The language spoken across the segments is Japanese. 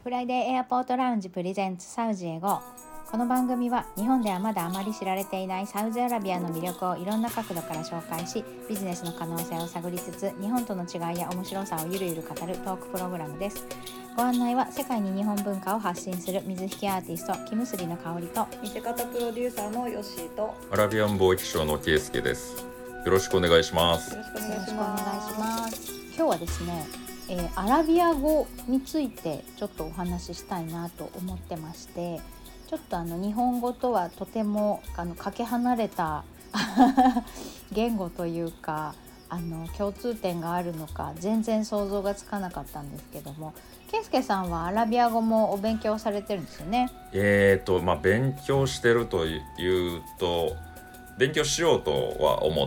フライデーエアポートラウンジプレゼンツサウジへ GO。 この番組は日本ではまだあまり知られていないサウジアラビアの魅力をいろんな角度から紹介し、ビジネスの可能性を探りつつ、日本との違いや面白さをゆるゆる語るトークプログラムです。ご案内は世界に日本文化を発信する水引アーティストキムスリの香りと、 見せ方プロデューサーのヨッシーと、 アラビアン貿易商のケイスケです。よろしくお願いします。 よろしくおよろしくお願いします。 ます。今日はですね、アラビア語についてちょっとお話ししたいなと思ってまして、ちょっと日本語とはとてもかけ離れた言語というか、共通点があるのか全然想像がつかなかったんですけども、ケイスケさんはアラビア語もお勉強されてるんですよね。 勉強してるというと、勉強しようとは思って、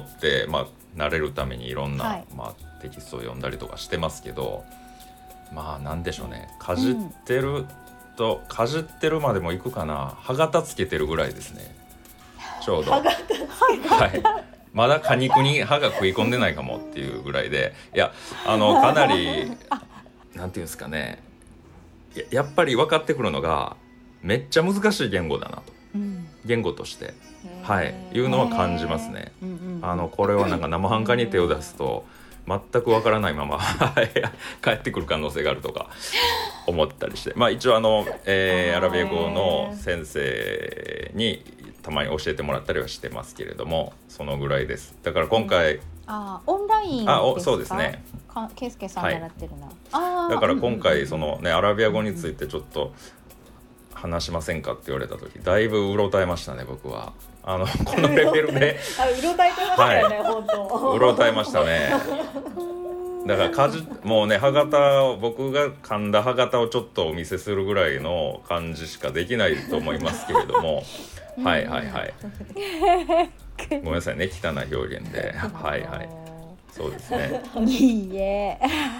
慣れるためにいろんな、テキストを読んだりとかしてますけど、なんでしょうね、かじってるまでもいくかな、歯型つけてるぐらいですね、ちょうど。はい、まだ果肉に歯が食い込んでないかもっていうぐらいで、かなりなんていうんですかね、やっぱり分かってくるのがめっちゃ難しい言語だなと、言語としていうのは感じますね。これはなんか生半可に手を出すと全くわからないまま帰ってくる可能性があるとか思ったりして、一応アラビア語の先生にたまに教えてもらったりはしてますけれども、そのぐらいです。だから今回、 オンラインですか？ そうですね。 ケイスケさん習ってるな。 だから今回アラビア語についてちょっと話しませんかって言われた時、だいぶうろたえましたね、僕は。このレベルでうろたえてましたよね、本当。 うろたえましたね。だからもうね、歯型、僕が噛んだ歯型をちょっとお見せするぐらいの感じしかできないと思いますけれどもはいごめんなさいね、汚い表現で。そうですね。 いいえ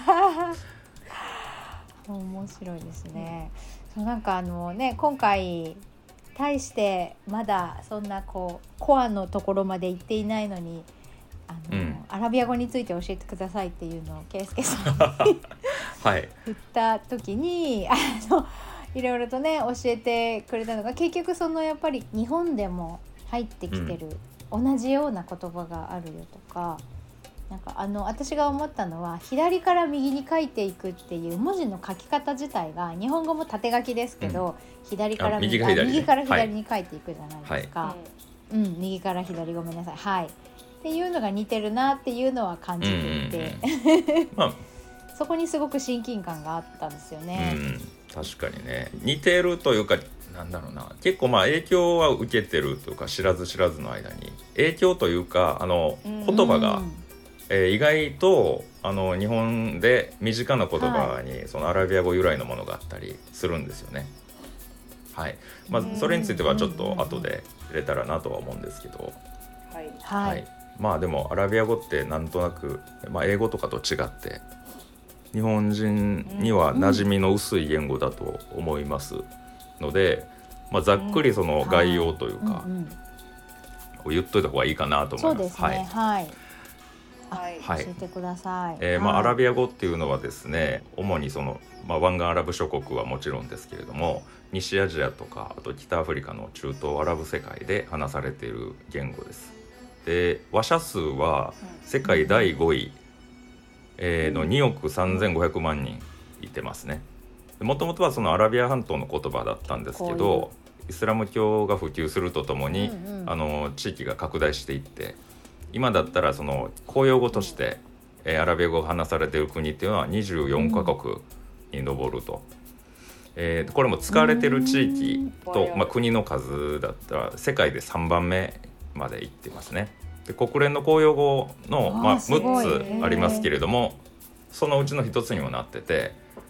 面白いですね。なんか今回対してまだそんなコアのところまで行っていないのに、アラビア語について教えてくださいっていうのをケイスケさんに振った時にいろいろとね教えてくれたのが、結局やっぱり日本でも入ってきてる、同じような言葉があるよとか、なんか私が思ったのは、左から右に書いていくっていう文字の書き方自体が日本語も縦書きですけど、左から右から左に書いていくじゃないですか。右から左、ごめんなさい、っていうのが似てるなっていうのは感じていて、そこにすごく親近感があったんですよね。 確かにね、似てるというか、なんだろうな、結構影響は受けてるというか、知らず知らずの間に影響というか、言葉が意外と日本で身近な言葉に、そのアラビア語由来のものがあったりするんですよね。それについてはちょっと後で入れたらなとは思うんですけど、でもアラビア語ってなんとなく、英語とかと違って日本人には馴染みの薄い言語だと思いますので、ざっくりその概要というか、言っといた方がいいかなと思います。 そうですね。教えてください。 アラビア語っていうのはですね、主に湾岸アラブ諸国はもちろんですけれども、西アジアとか、あと北アフリカの中東アラブ世界で話されている言語です。で、話者数は世界第5位、の2億3500万人いてますね。もともとはそのアラビア半島の言葉だったんですけど、イスラム教が普及するとともに、地域が拡大していって、今だったらその公用語として、アラビア語が話されている国っていうのは24カ国に上ると。これも使われている地域と、国の数だったら世界で3番目までいってますね。で、国連の公用語の、6つありますけれども、そのうちの1つにもなってて、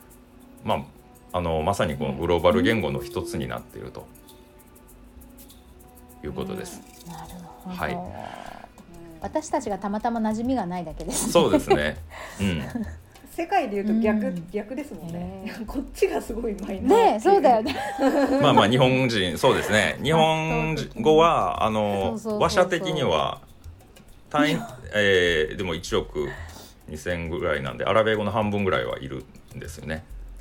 まさにこのグローバル言語の一つになっているということです。 なるほど。私たちがたまたま馴染みがないだけですね。 そうですね。 世界でいうと逆ですもんね。こっちがすごいマイナー。 ね、そうだよね。 日本人、そうですね。日本語は話者的には単位、でも1億2000ぐらいなんで、アラビア語の半分ぐらいはいるんですよね。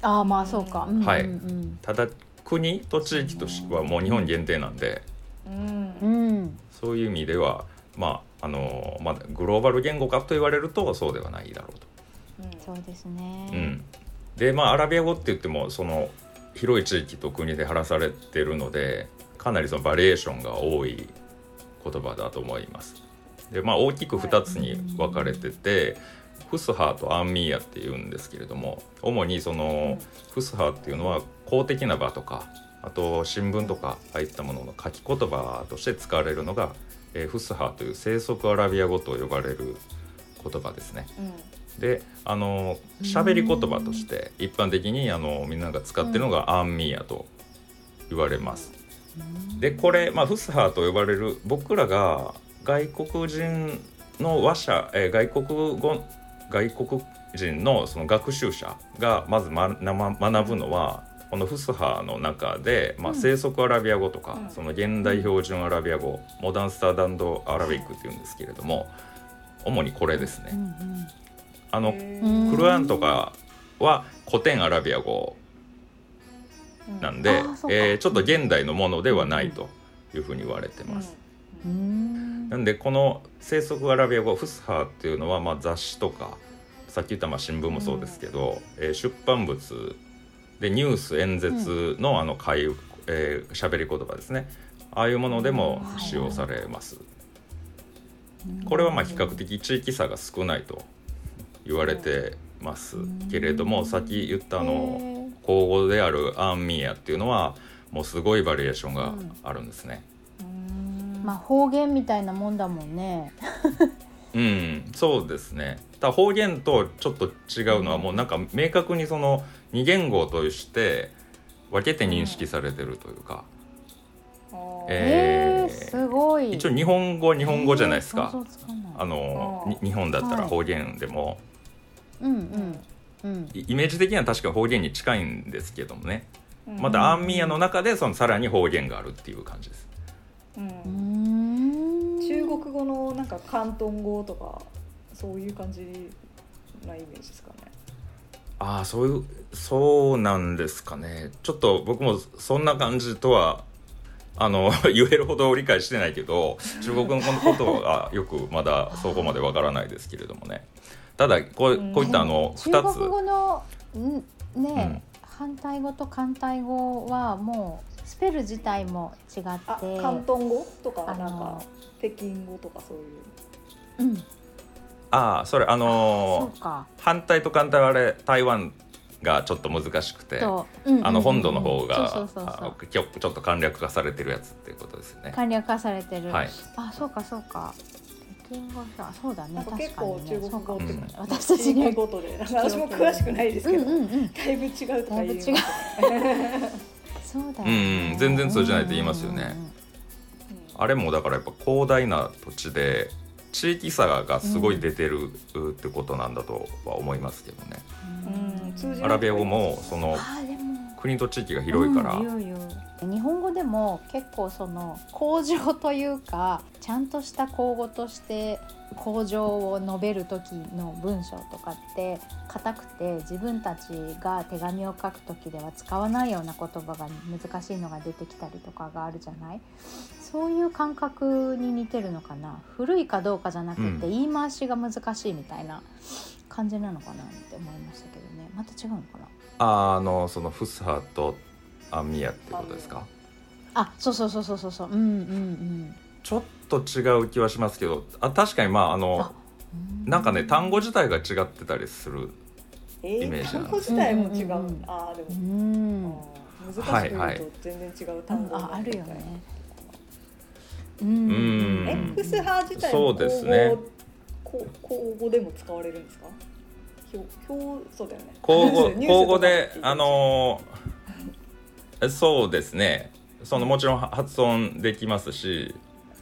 ああまあそうか、 はい、ただ国と地域としてはもう日本限定なんで、そういう意味ではまあグローバル言語化と言われるとそうではないだろうと、 そうですね、 でアラビア語って言ってもその広い地域と国で話されているのでかなりそのバリエーションが多い言葉だと思います。で大きく2つに分かれてて、フスハーとアンミーヤっていうんですけれども、主にそのフスハーっていうのは公的な場とか、あと新聞とかああいったものの書き言葉として使われるのが、フスハーという生息アラビア語と呼ばれる言葉ですね。で喋り言葉として一般的にみんなが使っているのがアンミーヤと言われます。でこれ、フスハーと呼ばれる、僕らが外国人の外国人のその学習者がまず学ぶのはこのフスハの中で、生息アラビア語とか、その現代標準アラビア語、モダンスタンダードアラビックっていうんですけれども、主にこれですね。クルアンとかは古典アラビア語なんで、ちょっと現代のものではないというふうに言われてます。なんでこの生息アラビア語フスハっていうのは、雑誌とかさっき言った新聞もそうですけど、出版物でニュース演説の喋り言葉ですね、ああいうものでも使用されます。これは比較的地域差が少ないと言われてますけれども、さっき言った口語であるアンミーヤっていうのはもうすごいバリエーションがあるんですね。 方言みたいなもんだもんね。 そうですね。方言とちょっと違うのはもうなんか明確にその二言語として分けて認識されてるというか、 すごい。 一応日本語じゃないですか。日本だったら方言でも、イメージ的には確か方言に近いんですけどもね、またアンミーヤの中でそのさらに方言があるっていう感じです。 中国語のなんか広東語とかそういう感じなイメージですかね。 そうなんですかね。ちょっと僕もそんな感じとは言えるほど理解してないけど、中国語のことはよくまだそこまでわからないですけれどもね。ただこういった2つ、 中国語の反対語と簡体語はもうスペル自体も違って、 広東語とかなんか北京語とかそういう、 それそうか、 反対と簡体はあれ台湾がちょっと難しくて、本土の方がちょっと簡略化されてるやつっていうことですよね。 簡略化されてる、そうか北京語そうだね。 なんか結構中国語って私たちにごとで私も詳しくないですけど、だいぶ違うとか言いますね。 そうだよね。 全然通じないって言いますよね。あれもだからやっぱ広大な土地で地域差がすごい出てるってことなんだとは思いますけどね。アラビア語もその国と地域が広いから、 日本語でも結構その口上というかちゃんとした口語として口上を述べる時の文章とかって硬くて自分たちが手紙を書く時では使わないような言葉が難しいのが出てきたりとかがあるじゃない。そういう感覚に似てるのかな。古いかどうかじゃなくて言い回しが難しいみたいな感じなのかなって思いましたけどね。また違うのかな。 そのフスハとアンミヤってことですか。 そうちょっと違う気はしますけど、確かになんかね単語自体が違ってたりするイメージなんです。 単語自体も違う。でも難しく言うと全然違う単語あるよね。 フスハ自体もそうですね。 口語でも使われるんですか。そうだよね。 口語でそうですね。もちろん発音できますし、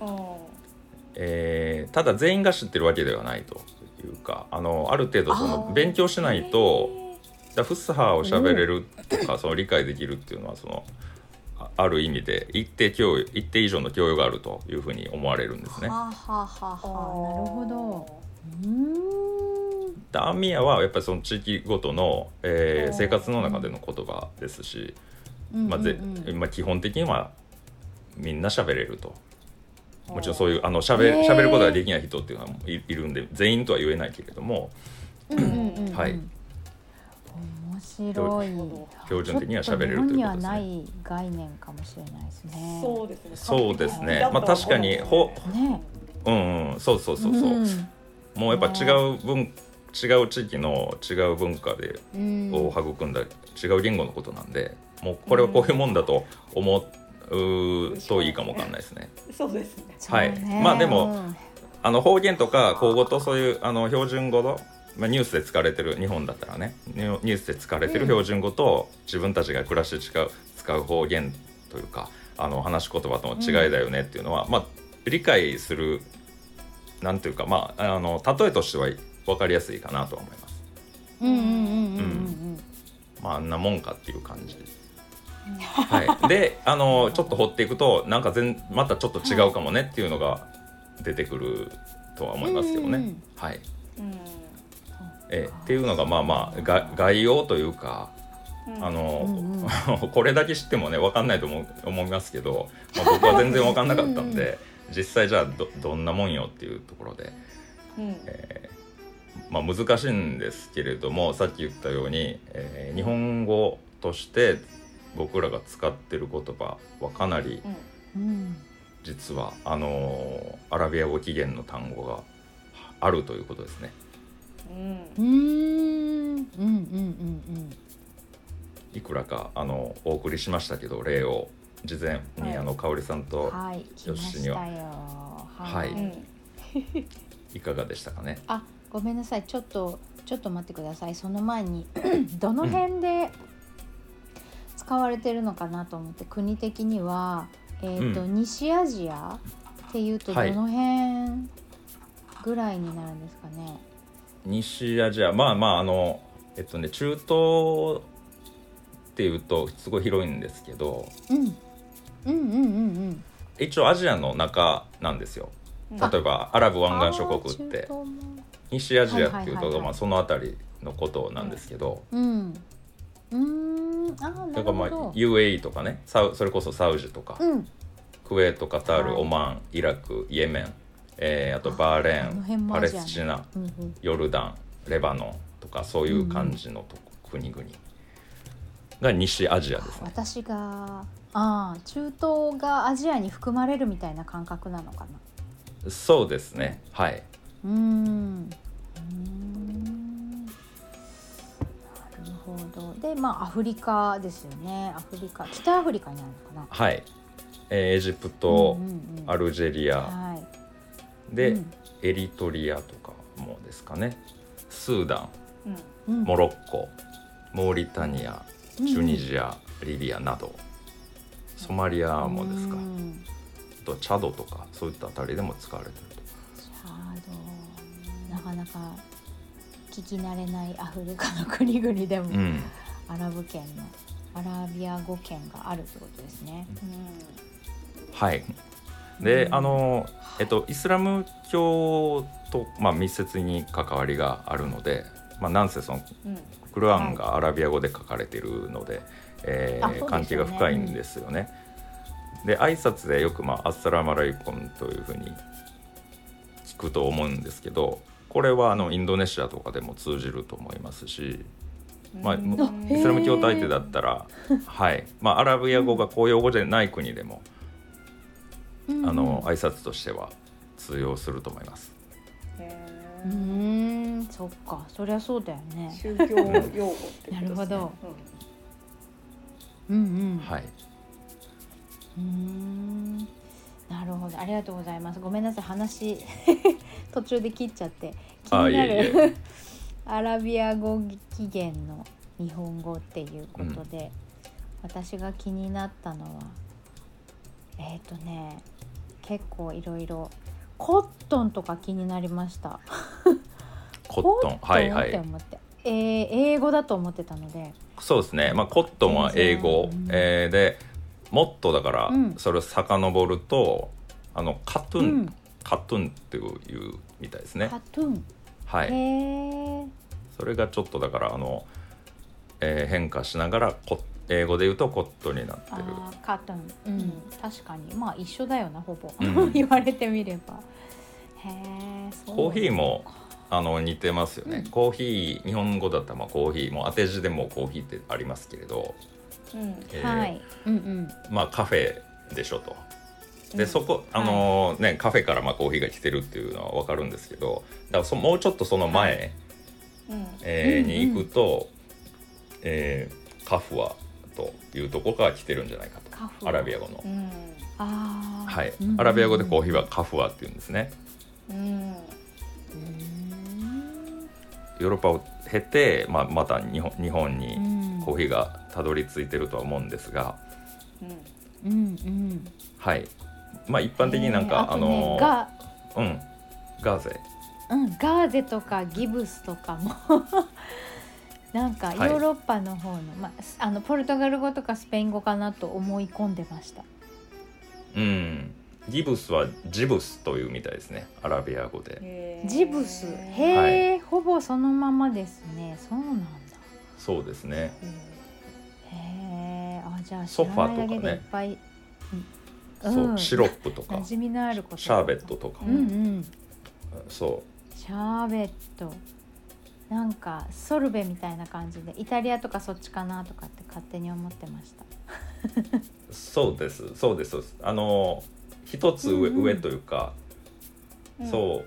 ただ全員が知ってるわけではないというか、ある程度勉強しないと、フスハを喋れるとか理解できるっていうのはある意味で一定以上の教養があるというふうに思われるんですね。 なるほど。 でアンミヤはやっぱりその地域ごとの、生活の中での言葉ですし、まあ、基本的にはみんな喋れると。もちろんそういう喋ることができない人っていうのはいるんで全員とは言えないけれども、はい、 面白い。 標準的には喋れるということですね。日本にはない概念かもしれないですね。 そうですね。 そうですね。まあ確かにね、そうそう、もうやっぱ違う地域の違う文化でを育んだ違う言語のことなんで、もうこれはこういうもんだと思うといいかもわかんないですね。 そうですね。 はい。まあでも、方言とか口語とそういう標準語の、まあ、ニュースで使われてる日本だったらね、ニュースで使われてる標準語と、自分たちが暮らして使う方言というか話し言葉との違いだよねっていうのは、まあ理解するなんていうか、まあ例えとしては分かりやすいかなとは思います。まああんなもんかっていう感じ。はい、でちょっと掘っていくとなんかまたちょっと違うかもねっていうのが出てくるとは思いますけどね。はい。っていうのがまあまあ概要というかこれだけ知ってもね分かんないと思いますけど、まあ、僕は全然分かんなかったんで実際じゃあ どんなもんよっていうところで、まあ、難しいんですけれどもさっき言ったように、日本語として僕らが使ってる言葉はかなり、実はアラビア語起源の単語があるということですね。いくらかお送りしましたけど例を事前に香織さんとよしには、はい、いかがでしたかね。 あ、ごめんなさい、ちょっと待ってください。その前にどの辺で使われてるのかなと思って、国的には、西アジアっていうとどの辺ぐらいになるんですかね。 西アジア、まあまあ中東っていうとすごい広いんですけど、一応アジアの中なんですよ。例えばアラブ湾岸諸国って西アジアっていうと、まあそのあたりのことなんですけど、だからまあ UAE とかね、それこそサウジとか、クウェート、カタール、オマーン、イラク、イエメン、あとバーレーン、パレスチナ、ヨルダン、レバノンとかそういう感じの国々が西アジアですね。 私が中東がアジアに含まれるみたいな感覚なのかな。 そうですね、はい。なるほど。でまあアフリカですよね。北アフリカになるのかな。 はい。エジプト、アルジェリア、で、エリトリアとかもですかね。スーダン、モロッコ、モーリタニア、チュニジア、リビアなど、ソマリアもですか。あとチャドとかそういったあたりでも使われていると。 チャド、なかなか聞き慣れないアフリカの国々でも、アラビア語圏があるってことですね。 はい。でイスラム教と、まあ、密接に関わりがあるので、まあ、なんせそのクルアンがアラビア語で書かれているので、関係が深いんですよね。で挨拶でよく、まあ、アッサラムアライコムというふうに聞くと思うんですけど、これはインドネシアとかでも通じると思いますし、まあ、イスラム教徒相手だったら、はいまあ、アラビア語が公用語じゃない国でも挨拶としては通用すると思います。 そっか、そりゃそうだよね。 宗教用語ってことですね。 なるほど。 はい。 なるほど、ありがとうございます。ごめんなさい、話途中で切っちゃって気になるアラビア語起源の日本語っていうことで、私が気になったのは結構いろいろコットンとか気になりました。 コットン、はいはい。 って思って、英語だと思ってたので。 そうですね。まあコットンは英語、でもっとだから、それを遡るとカトゥンっていうみたいですね。 カトゥン。 はい。 それがちょっとだから変化しながら英語で言うとコットンになってる。 カットン、確かにまあ一緒だよなほぼ、言われてみれば。へえ、そう。 コーヒーも似てますよね、コーヒー日本語だったらコーヒーも当て字でもコーヒーってありますけれど、 はい、 まあカフェでしょと。でそこカフェからコーヒーが来てるっていうのは分かるんですけど、だからもうちょっとその前、に行くと、カフワというところから来てるんじゃないかと、アラビア語の、はい、アラビア語でコーヒーはカフワっていうんですね。ヨーロッパを経て、また日本にコーヒーがたどり着いてるとは思うんですが、はい、一般的になんかガーゼ、 ガーゼとかギブスとかもなんかヨーロッパの方の、ポルトガル語とかスペイン語かなと思い込んでました。 ギブスはジブスというみたいですね、アラビア語で。 ジブス、へえ、ほぼそのままですね。そうなんだ。 そうですね。 へえ、じゃあソファとかね、いっぱい、そう、シロップとか馴染みのあること、 シャーベットとか、そうシャーベット、なんかソルベみたいな感じで、イタリアとかそっちかなとかって勝手に思ってました。 そうですそうです。一つ上というか、そう、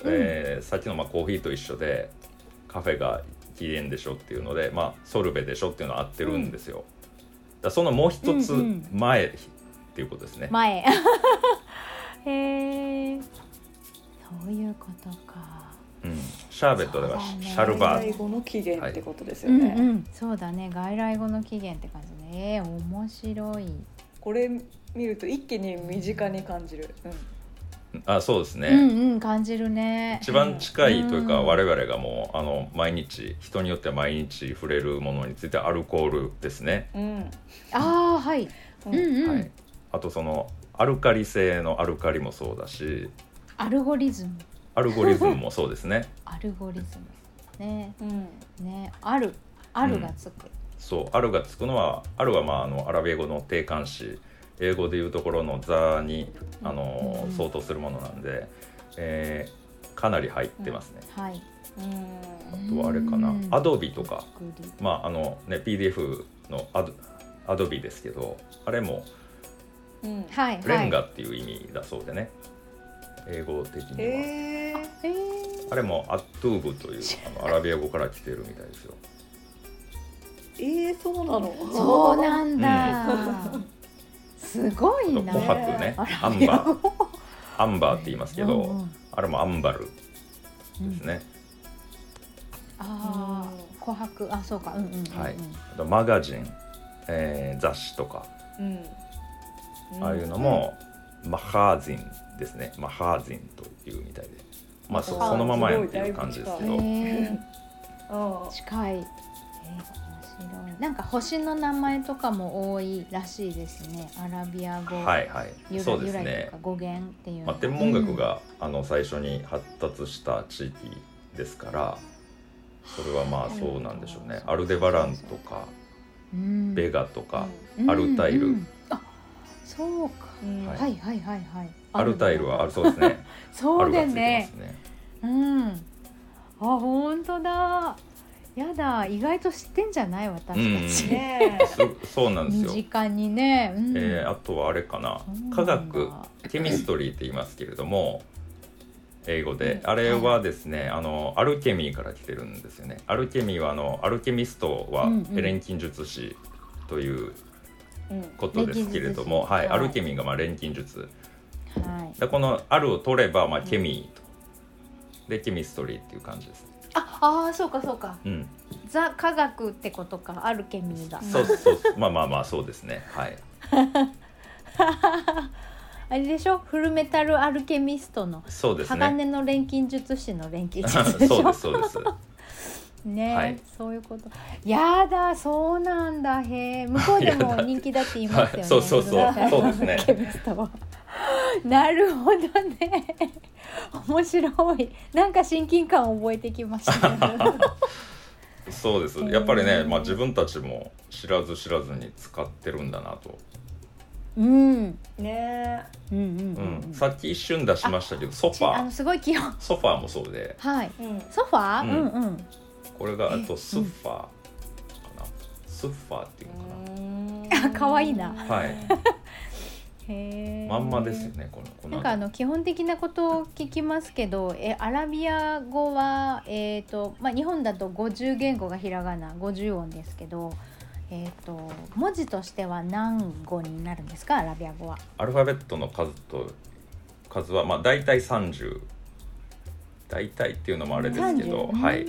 さっきのコーヒーと一緒でカフェが起源でしょっていうので、ソルベでしょっていうのは合ってるんですよ。だそのもう一つ前っていうことですね。 前へえ、そういうことか。 シャーベットではシャルバー、 外来語の起源ってことですよね。 そうだね、外来語の起源って感じね。面白い。 これ見ると一気に身近に感じる。 そうですね、 感じるね。 一番近いというか、我々がもう毎日、人によっては毎日触れるものについてアルコールですね。 はい、 はい、あとそのアルカリ性のアルカリもそうだし、 アルゴリズムもそうですね。 アルゴリズムね、アルがつく、 そう、アルがつくのは、アルはアラビア語の定冠詞、英語でいうところのザに相当するものなんで、かなり入ってますね。あとはあれかな、アドビとか、PDF のアドビですけど、あれもレンガっていう意味だそうでね、英語的には。あれもアットゥーブというアラビア語から来てるみたいですよ。 そうなの。 そうなんだ。すごいな。 琥珀ね、アンバーって言いますけど、あれもアンバルですね。 琥珀、そうか。 はい。マガジン、雑誌とか、ああいうのもマハージンですね。マハージンというみたいで、そのままやんっていう感じですけど。 近い。なんか星の名前とかも多いらしいですね、アラビア語。 そうですね。 語源っていうのは、 天文学が最初に発達した地域ですから、それはそうなんでしょうね。アルデバランとか、ベガとか、アルタイル。 そうか。はいはいはいはい。 アルタイルはそうですね。 そうだね。本当だ。やだ、意外と知ってんじゃない私たち。 そうなんですよ。 身近にね。 あとはあれかな、科学、ケミストリーって言いますけれども、英語で、あれはですね、アルケミーから来てるんですよね。アルケミーはアルケミストは錬金術師ということですけれども、アルケミーが錬金術。このアルを取ればケミーとでケミストリーっていう感じですね。 そうかそうか。ザ科学ってことか、アルケミーが。 そうそうですね。はい。 あれでしょ、フルメタルアルケミストの。 そうですね。 鋼の錬金術師の錬金術でしょ。 そうです。 ね、そういうこと。やだ、そうなんだ。向こうでも人気だって言いますよね。 そうですね。 ケミストは。なるほどね。面白い。なんか親近感を覚えてきました。 そうです。やっぱりね、まあ、自分たちも知らず知らずに使ってるんだなと。 うんねさっき一瞬出しましたけど、ソファー、 すごい基本、 ソファーもそうで、 はい、 うんソファー、 うんこれがあとスッファーかな、スッファーっていうのかな、 かわいいな。 はいへー、 まんまですよね、このなんか基本的なことを聞きますけど、アラビア語は、まあ、日本だと50言語がひらがな50音ですけど、文字としては何語になるんですか、アラビア語は。 アルファベットの数はまあ大体30、大体っていうのもあれですけど、はい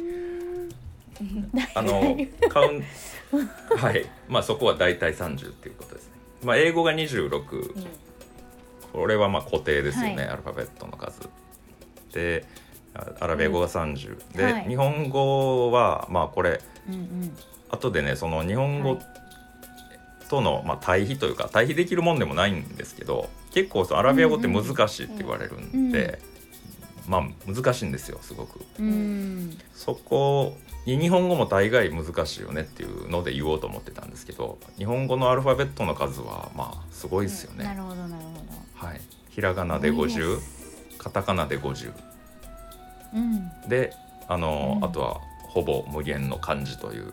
カウンはいまあそこは大体30っていうことですね。まあ英語が26、これはまあ固定ですよね、アルファベットの数で、アラビア語が30、で、日本語はまあこれ、後でねその日本語との、まあ、対比というか対比できるもんでもないんですけど、結構アラビア語って難しいって言われるんで、まあ難しいんですよすごく。そこに日本語も大概難しいよねっていうので言おうと思ってたんですけど、日本語のアルファベットの数はまあすごいですよね。 なるほどなるほど。 はい、ひらがなで50、カタカナで50、であとはほぼ無限の漢字という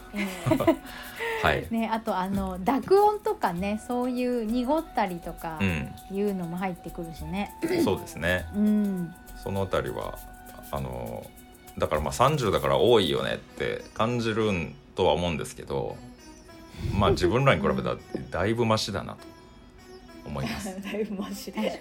はいね、あと濁音とかね、そういう濁ったりとかいうのも入ってくるしね、 そうですね、そのあたりはだからまあ30だから多いよねって感じるんとは思うんですけど、まあ自分らに比べたらだいぶマシだなと思いますだいぶマシさ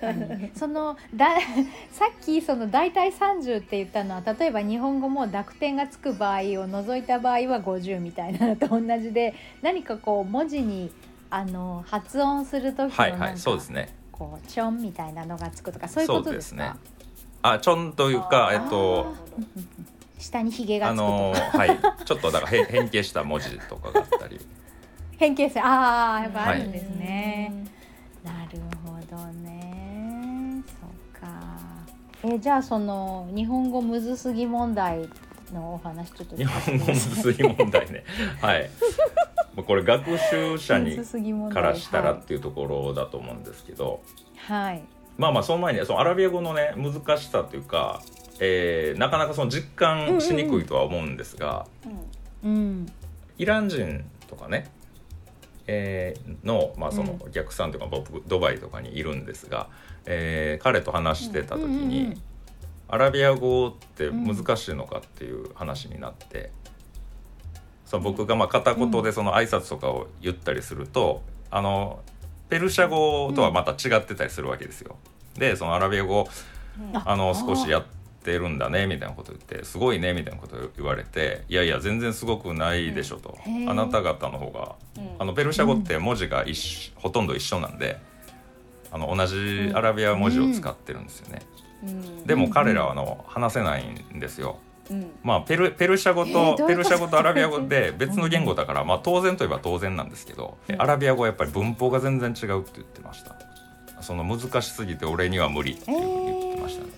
っきその大体30って言ったのは、例えば日本語も濁点がつく場合を除いた場合は50みたいなのと同じで、何かこう文字に発音する時のなんかそうですね、 こうチョンみたいなのがつくとか、そういうことですか。 チョンというか下にヒゲがつくとか、 はい、ちょっとだから変形した文字とかがあったり変形性やっぱあるんですね、なるほどね、そうか。じゃあその日本語むずすぎ問題のお話ちょっと日本語むずすぎ問題ねはいこれ学習者からしたらっていうところだと思うんですけど、 はい、 まあその前にそのアラビア語のね難しさというか、なかなかその実感しにくいとは思うんですが、イラン人とかね、の、まあ、そのお客さんというか、僕ドバイとかにいるんですが、彼と話してた時に、アラビア語って難しいのかっていう話になって、その僕がまあ片言でその挨拶とかを言ったりすると、ペルシャ語とはまた違ってたりするわけですよ。でそのアラビア語少しやってるんだねみたいなこと言って、すごいねみたいなことを言われて、いやいや全然すごくないでしょと、あなた方の方がペルシャ語って文字がほとんど一緒なんで、同じアラビア文字を使ってるんですよね、でも彼らは話せないんですよ、まあペルシャ語とアラビア語で別の言語だから、まあ当然といえば当然なんですけど、アラビア語はやっぱり文法が全然違うって言ってました。その難しすぎて俺には無理っていうふうに言ってましたね、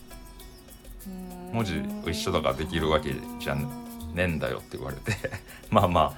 文字一緒だからできるわけじゃねえんだよって言われてまあ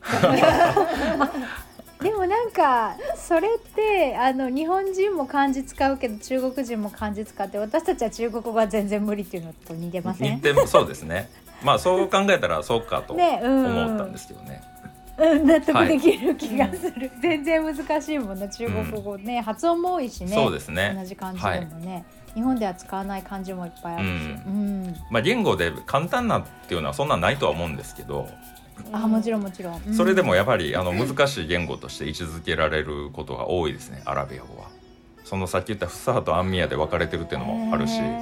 でもなんかそれって日本人も漢字使うけど中国人も漢字使って、私たちは中国語が全然無理っていうのと似てません？ 似てもそうですね。まあそう考えたらそうかと思ったんですけどね。 納得できる気がする、全然難しいもんな中国語ね、発音も多いしね。 そうですね、 同じ漢字でもね、日本では使わない漢字もいっぱいあるし、 まあ言語で簡単なっていうのはそんなないとは思うんですけど、 もちろんもちろん、 それでもやっぱり難しい言語として位置づけられることが多いですね、アラビア語は。そのさっき言ったフサハとアンミヤで分かれてるっていうのもあるし、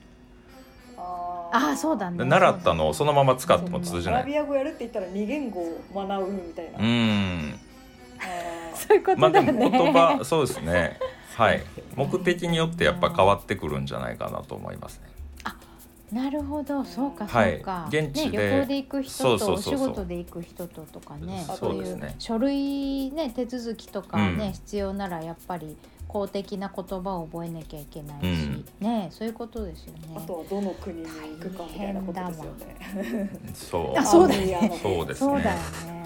そうだね、 習ったのをそのまま使っても通じない。 アラビア語やるって言ったら2言語を学ぶみたいな、 そういうことだね。 でも言葉そうですね、はい、目的によってやっぱ変わってくるんじゃないかなと思いますね。 なるほど、そうかそうか、 現地で、 ね、旅行で行く人とお仕そう事で行く人とかね、 そうですね、 書類、ね、手続きとかね、必要ならやっぱり公的な言葉を覚えなきゃいけないし、ね、そういうことですよね。 あとはどの国に行くかみたいなことですよね。 そうだよね。 そうですね。 そうだよね。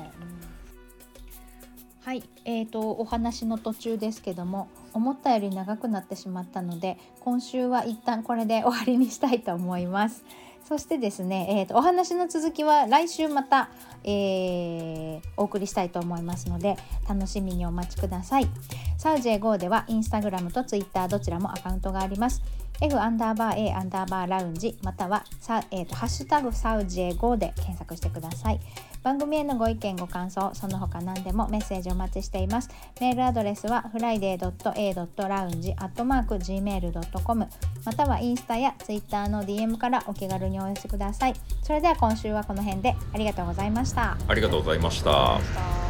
はい、お話の途中ですけども、思ったより長くなってしまったので、今週は一旦これで終わりにしたいと思います。そしてですね、お話の続きは来週また、お送りしたいと思いますので、楽しみにお待ちください。サウジエゴではインスタグラムとツイッターどちらもアカウントがあります。F_A_ ラウンジまたはハッシュタグサウジエゴで検索してください。番組へのご意見ご感想、その他何でもメッセージお待ちしています。メールアドレスは friday.a.lounge@gmail.com またはインスタやツイッターの DM からお気軽にお寄せください。それでは今週はこの辺で、ありがとうございました。 ありがとうございました。